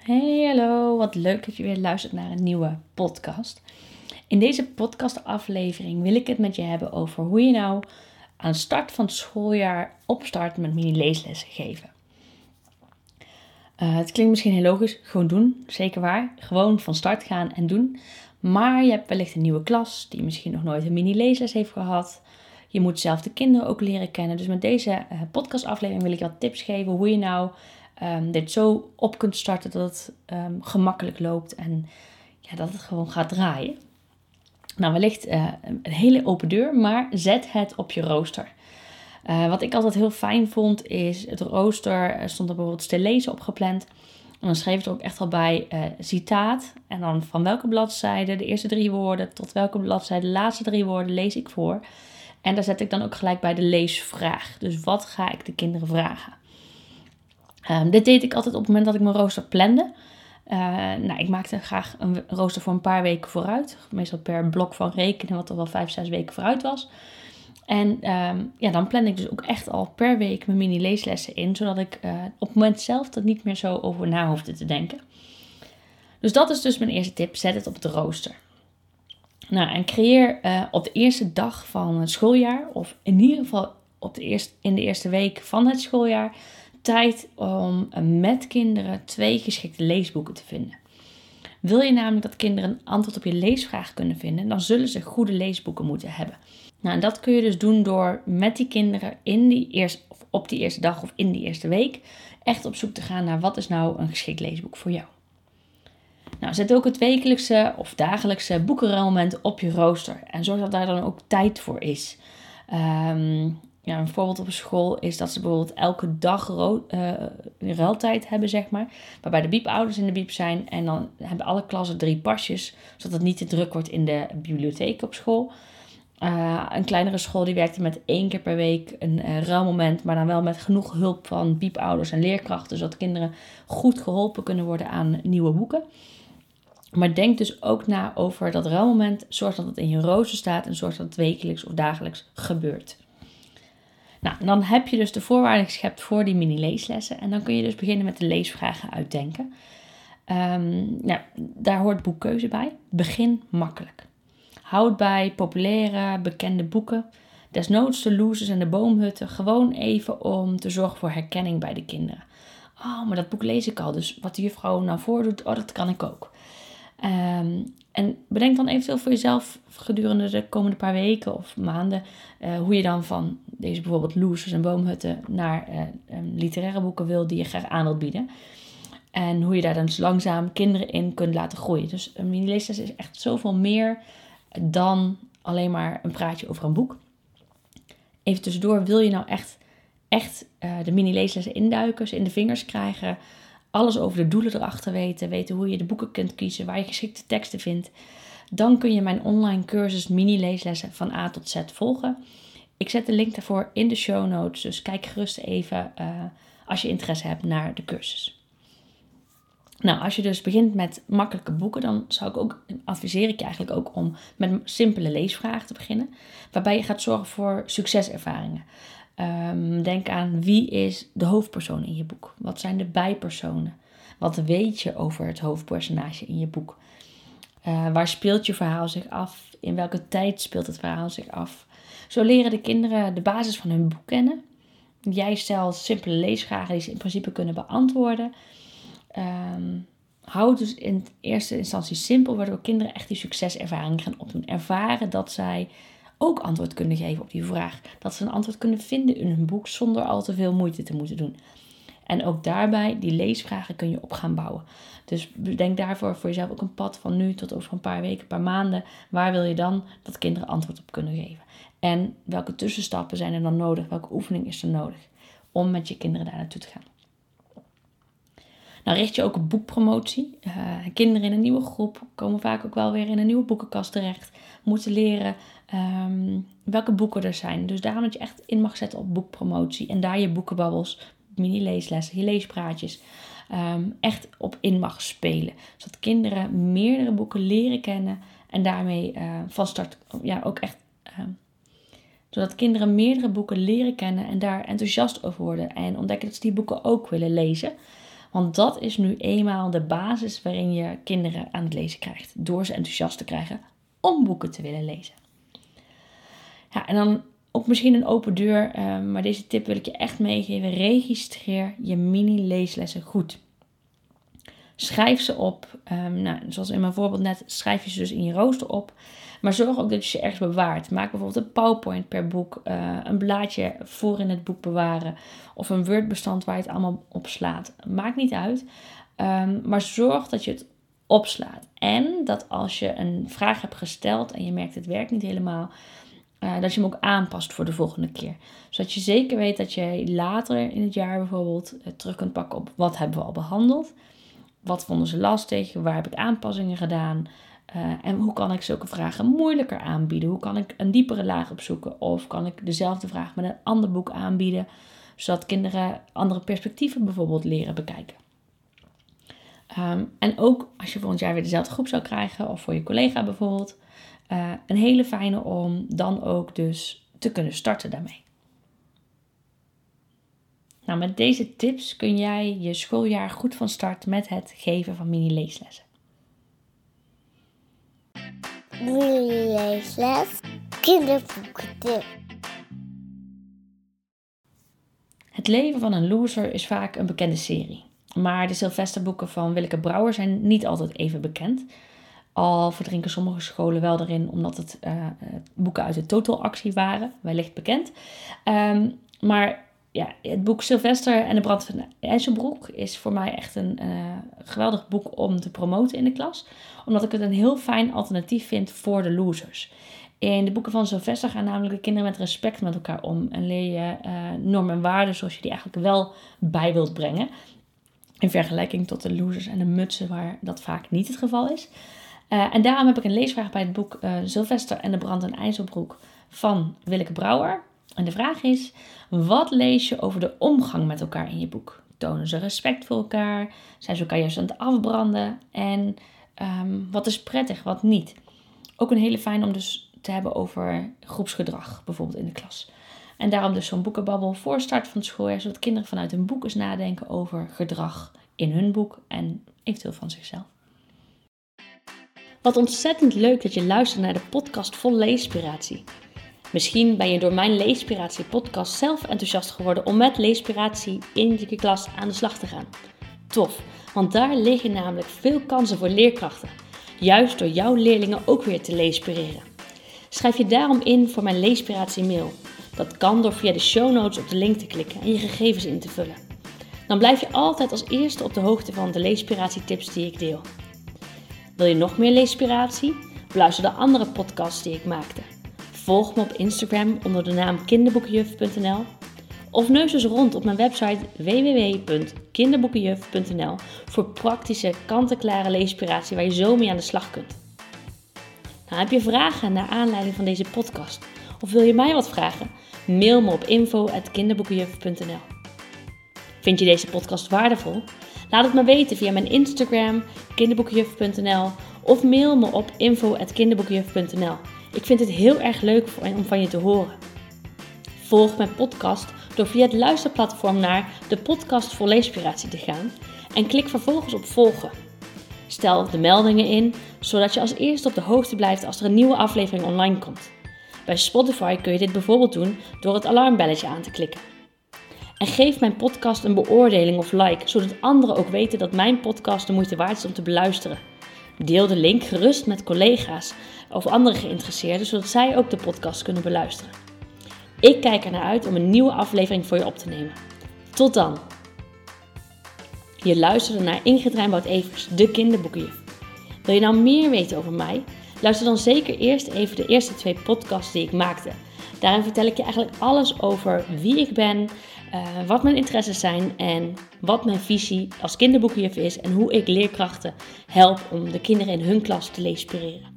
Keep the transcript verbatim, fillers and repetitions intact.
Hey, hallo, wat leuk dat je weer luistert naar een nieuwe podcast. In deze podcastaflevering wil ik het met je hebben over hoe je nou aan de start van het schooljaar opstart met mini-leeslessen geven. Uh, het klinkt misschien heel logisch, gewoon doen, zeker waar. Gewoon van start gaan en doen. Maar je hebt wellicht een nieuwe klas die misschien nog nooit een mini-leesles heeft gehad. Je moet zelf de kinderen ook leren kennen. Dus met deze uh, podcastaflevering wil ik je wat tips geven hoe je nou Um, dit zo op kunt starten dat het um, gemakkelijk loopt en ja, dat het gewoon gaat draaien. Nou, wellicht uh, een hele open deur, maar zet het op je rooster. Uh, wat ik altijd heel fijn vond is het rooster, er stond er bijvoorbeeld te lezen op gepland. En dan schreef er ook echt al bij uh, citaat en dan van welke bladzijde de eerste drie woorden tot welke bladzijde de laatste drie woorden lees ik voor. En daar zet ik dan ook gelijk bij de leesvraag. Dus wat ga ik de kinderen vragen? Um, dit deed ik altijd op het moment dat ik mijn rooster plande. Uh, nou, ik maakte graag een rooster voor een paar weken vooruit. Meestal per blok van rekenen, wat er wel vijf, zes weken vooruit was. En um, ja, dan plan ik dus ook echt al per week mijn mini-leeslessen in. Zodat ik uh, op het moment zelf er niet meer zo over na hoefde te denken. Dus dat is dus mijn eerste tip. Zet het op het rooster. Nou, en creëer uh, op de eerste dag van het schooljaar, of in ieder geval op de eerste, in de eerste week van het schooljaar, tijd om met kinderen twee geschikte leesboeken te vinden. Wil je namelijk dat kinderen een antwoord op je leesvraag kunnen vinden, dan zullen ze goede leesboeken moeten hebben. Nou, en dat kun je dus doen door met die kinderen in die eerste, of op die eerste dag of in die eerste week echt op zoek te gaan naar wat is nou een geschikt leesboek voor jou. Nou, zet ook het wekelijkse of dagelijkse boekenruilmoment op je rooster en zorg dat daar dan ook tijd voor is. Um, Ja, een voorbeeld op een school is dat ze bijvoorbeeld elke dag ro- uh, ruiltijd hebben, zeg maar. Waarbij de biepouders in de biep zijn. En dan hebben alle klassen drie pasjes. Zodat het niet te druk wordt in de bibliotheek op school. Uh, een kleinere school die werkte met één keer per week een uh, ruilmoment. Maar dan wel met genoeg hulp van biepouders en leerkrachten. Zodat kinderen goed geholpen kunnen worden aan nieuwe boeken. Maar denk dus ook na over dat ruilmoment. Zorg dat het in je rooster staat. En zorg dat het wekelijks of dagelijks gebeurt. Nou, dan heb je dus de voorwaarden geschept voor die mini-leeslessen. En dan kun je dus beginnen met de leesvragen uitdenken. Um, nou, daar hoort boekkeuze bij. Begin makkelijk. Houd bij populaire, bekende boeken. Desnoods de Loesjes en de Boomhutten. Gewoon even om te zorgen voor herkenning bij de kinderen. Oh, maar dat boek lees ik al. Dus wat de juffrouw nou voordoet, oh, dat kan ik ook. Um, en bedenk dan eventueel voor jezelf gedurende de komende paar weken of maanden uh, hoe je dan van deze bijvoorbeeld Loesjes en Boomhutten naar uh, um, literaire boeken wil die je graag aan wilt bieden. En hoe je daar dan dus langzaam kinderen in kunt laten groeien. Dus een mini-leesles is echt zoveel meer dan alleen maar een praatje over een boek. Even tussendoor, wil je nou echt, echt uh, de mini-leeslessen induiken, ze in de vingers krijgen, alles over de doelen erachter weten, weten hoe je de boeken kunt kiezen, waar je geschikte teksten vindt, dan kun je mijn online cursus mini-leeslessen van A tot Z volgen. Ik zet de link daarvoor in de show notes, dus kijk gerust even uh, als je interesse hebt naar de cursus. Nou, als je dus begint met makkelijke boeken, dan zou ik ook, adviseer ik je eigenlijk ook om met simpele leesvragen te beginnen, waarbij je gaat zorgen voor succeservaringen. Um, denk aan wie is de hoofdpersoon in je boek? Wat zijn de bijpersonen? Wat weet je over het hoofdpersonage in je boek? Uh, waar speelt je verhaal zich af? In welke tijd speelt het verhaal zich af? Zo leren de kinderen de basis van hun boek kennen. Jij stelt simpele leesvragen die ze in principe kunnen beantwoorden. Um, houd dus in eerste instantie simpel, waardoor kinderen echt die succeservaring gaan opdoen. Ervaren dat zij ook antwoord kunnen geven op die vraag. Dat ze een antwoord kunnen vinden in hun boek zonder al te veel moeite te moeten doen. En ook daarbij, die leesvragen kun je op gaan bouwen. Dus bedenk daarvoor voor jezelf ook een pad van nu tot over een paar weken, een paar maanden. Waar wil je dan dat kinderen antwoord op kunnen geven? En welke tussenstappen zijn er dan nodig? Welke oefening is er nodig om met je kinderen daar naartoe te gaan? Nou, richt je ook op boekpromotie. Uh, kinderen in een nieuwe groep komen vaak ook wel weer in een nieuwe boekenkast terecht. Moeten leren um, welke boeken er zijn. Dus daarom dat je echt in mag zetten op boekpromotie. En daar je boekenbabbels, mini-leeslessen, je leespraatjes um, echt op in mag spelen. Zodat kinderen meerdere boeken leren kennen. En daarmee uh, van start ja, ook echt... Uh, zodat kinderen meerdere boeken leren kennen en daar enthousiast over worden. En ontdekken dat ze die boeken ook willen lezen. Want dat is nu eenmaal de basis waarin je kinderen aan het lezen krijgt. Door ze enthousiast te krijgen om boeken te willen lezen. Ja, en dan ook misschien een open deur, uh, maar deze tip wil ik je echt meegeven. Registreer je mini-leeslessen goed. Schrijf ze op. Um, nou, zoals in mijn voorbeeld net, schrijf je ze dus in je rooster op. Maar zorg ook dat je ze ergens bewaart. Maak bijvoorbeeld een PowerPoint per boek. Uh, een blaadje voor in het boek bewaren. Of een Word-bestand waar je het allemaal op slaat. Maakt niet uit. Um, maar zorg dat je het opslaat. En dat als je een vraag hebt gesteld en je merkt het werkt niet helemaal, Uh, dat je hem ook aanpast voor de volgende keer. Zodat je zeker weet dat je later in het jaar bijvoorbeeld uh, terug kunt pakken op wat hebben we al behandeld. Wat vonden ze lastig? Waar heb ik aanpassingen gedaan? Uh, en hoe kan ik zulke vragen moeilijker aanbieden? Hoe kan ik een diepere laag opzoeken? Of kan ik dezelfde vraag met een ander boek aanbieden? Zodat kinderen andere perspectieven bijvoorbeeld leren bekijken. Um, en ook als je volgend jaar weer dezelfde groep zou krijgen. Of voor je collega bijvoorbeeld. Uh, een hele fijne om dan ook dus te kunnen starten daarmee. Nou, met deze tips kun jij je schooljaar goed van start met het geven van mini-leeslessen. Mini-leesles, kinderboekentip. Het leven van een loser is vaak een bekende serie. Maar de Sylvesterboeken van Willeke Brouwer zijn niet altijd even bekend. Al verdrinken sommige scholen wel erin omdat het uh, boeken uit de Total-actie waren. Wellicht bekend. Um, maar ja, het boek Sylvester en de brand van IJsselbroek is voor mij echt een uh, geweldig boek om te promoten in de klas. Omdat ik het een heel fijn alternatief vind voor de losers. In de boeken van Sylvester gaan namelijk de kinderen met respect met elkaar om. En leer je uh, normen en waarden zoals je die eigenlijk wel bij wilt brengen. In vergelijking tot de losers en de mutsen waar dat vaak niet het geval is. Uh, en daarom heb ik een leesvraag bij het boek uh, Sylvester en de brand en IJsselbroek van Willeke Brouwer. En de vraag is, wat lees je over de omgang met elkaar in je boek? Tonen ze respect voor elkaar? Zijn ze elkaar juist aan het afbranden? En um, wat is prettig, wat niet? Ook een hele fijn om dus te hebben over groepsgedrag, bijvoorbeeld in de klas. En daarom dus zo'n boekenbabbel voor start van het schooljaar, zodat kinderen vanuit hun boek eens nadenken over gedrag in hun boek en eventueel van zichzelf. Wat ontzettend leuk dat je luistert naar de podcast vol Leespiratie. Misschien ben je door mijn Leespiratie podcast zelf enthousiast geworden om met Leespiratie in je klas aan de slag te gaan. Tof, want daar liggen namelijk veel kansen voor leerkrachten. Juist door jouw leerlingen ook weer te leespireren. Schrijf je daarom in voor mijn Leespiratie mail. Dat kan door via de show notes op de link te klikken en je gegevens in te vullen. Dan blijf je altijd als eerste op de hoogte van de Leespiratie tips die ik deel. Wil je nog meer Leespiratie? Beluister de andere podcasts die ik maakte. Volg me op Instagram onder de naam kinderboekenjuf punt n l of neus eens rond op mijn website w w w punt kinderboekenjuf punt n l voor praktische, kant-en-klare leespiratie waar je zo mee aan de slag kunt. Nou, heb je vragen naar aanleiding van deze podcast? Of wil je mij wat vragen? Mail me op info at kinderboekenjuf punt n l. Vind je deze podcast waardevol? Laat het me weten via mijn Instagram, kinderboekenjuf punt n l of mail me op info at kinderboekenjuf punt n l. Ik vind het heel erg leuk om van je te horen. Volg mijn podcast door via het luisterplatform naar de podcast vol Leespiratie te gaan en klik vervolgens op volgen. Stel de meldingen in, zodat je als eerste op de hoogte blijft als er een nieuwe aflevering online komt. Bij Spotify kun je dit bijvoorbeeld doen door het alarmbelletje aan te klikken. En geef mijn podcast een beoordeling of like, zodat anderen ook weten dat mijn podcast de moeite waard is om te beluisteren. Deel de link gerust met collega's of andere geïnteresseerden, zodat zij ook de podcast kunnen beluisteren. Ik kijk ernaar uit om een nieuwe aflevering voor je op te nemen. Tot dan! Je luisterde naar Ingrid Rijnboud-Evers, de kinderboekenjuf. Wil je nou meer weten over mij? Luister dan zeker eerst even de eerste twee podcasts die ik maakte. Daarin vertel ik je eigenlijk alles over wie ik ben, uh, wat mijn interesses zijn en wat mijn visie als kinderboekenjuf is en hoe ik leerkrachten help om de kinderen in hun klas te leespireren.